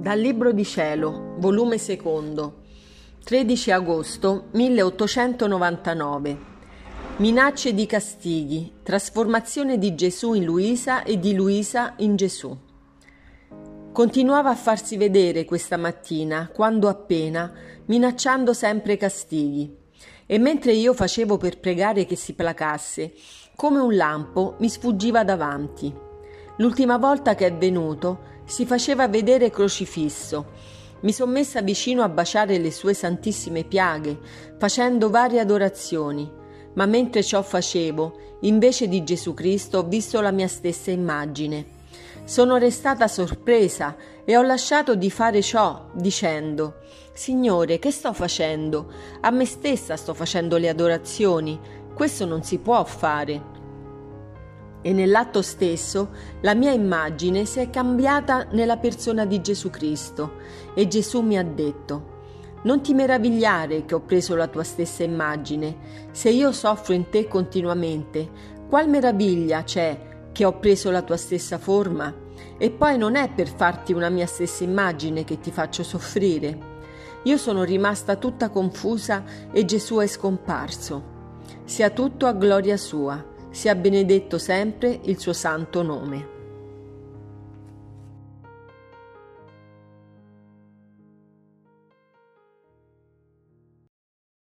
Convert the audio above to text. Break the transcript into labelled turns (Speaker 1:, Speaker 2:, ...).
Speaker 1: Dal Libro di Cielo, volume 2, 13 agosto 1899. Minacce di castighi, trasformazione di Gesù in Luisa e di Luisa in Gesù. Continuava a farsi vedere questa mattina, quando appena, minacciando sempre castighi. E mentre io facevo per pregare che si placasse, come un lampo mi sfuggiva davanti. L'ultima volta che è venuto, si faceva vedere crocifisso. Mi son messa vicino a baciare le sue santissime piaghe, facendo varie adorazioni, ma mentre ciò facevo, invece di Gesù Cristo, ho visto la mia stessa immagine. Sono restata sorpresa e ho lasciato di fare ciò, dicendo: Signore, che sto facendo? A me stessa sto facendo le adorazioni. Questo non si può fare. E nell'atto stesso la mia immagine si è cambiata nella persona di Gesù Cristo e Gesù mi ha detto: non ti meravigliare che ho preso la tua stessa immagine. Se io soffro in te continuamente, qual meraviglia c'è che ho preso la tua stessa forma? E poi non è per farti una mia stessa immagine che ti faccio soffrire. Io sono rimasta tutta confusa e Gesù è scomparso. Sia tutto a gloria sua. Sia benedetto sempre il suo santo nome.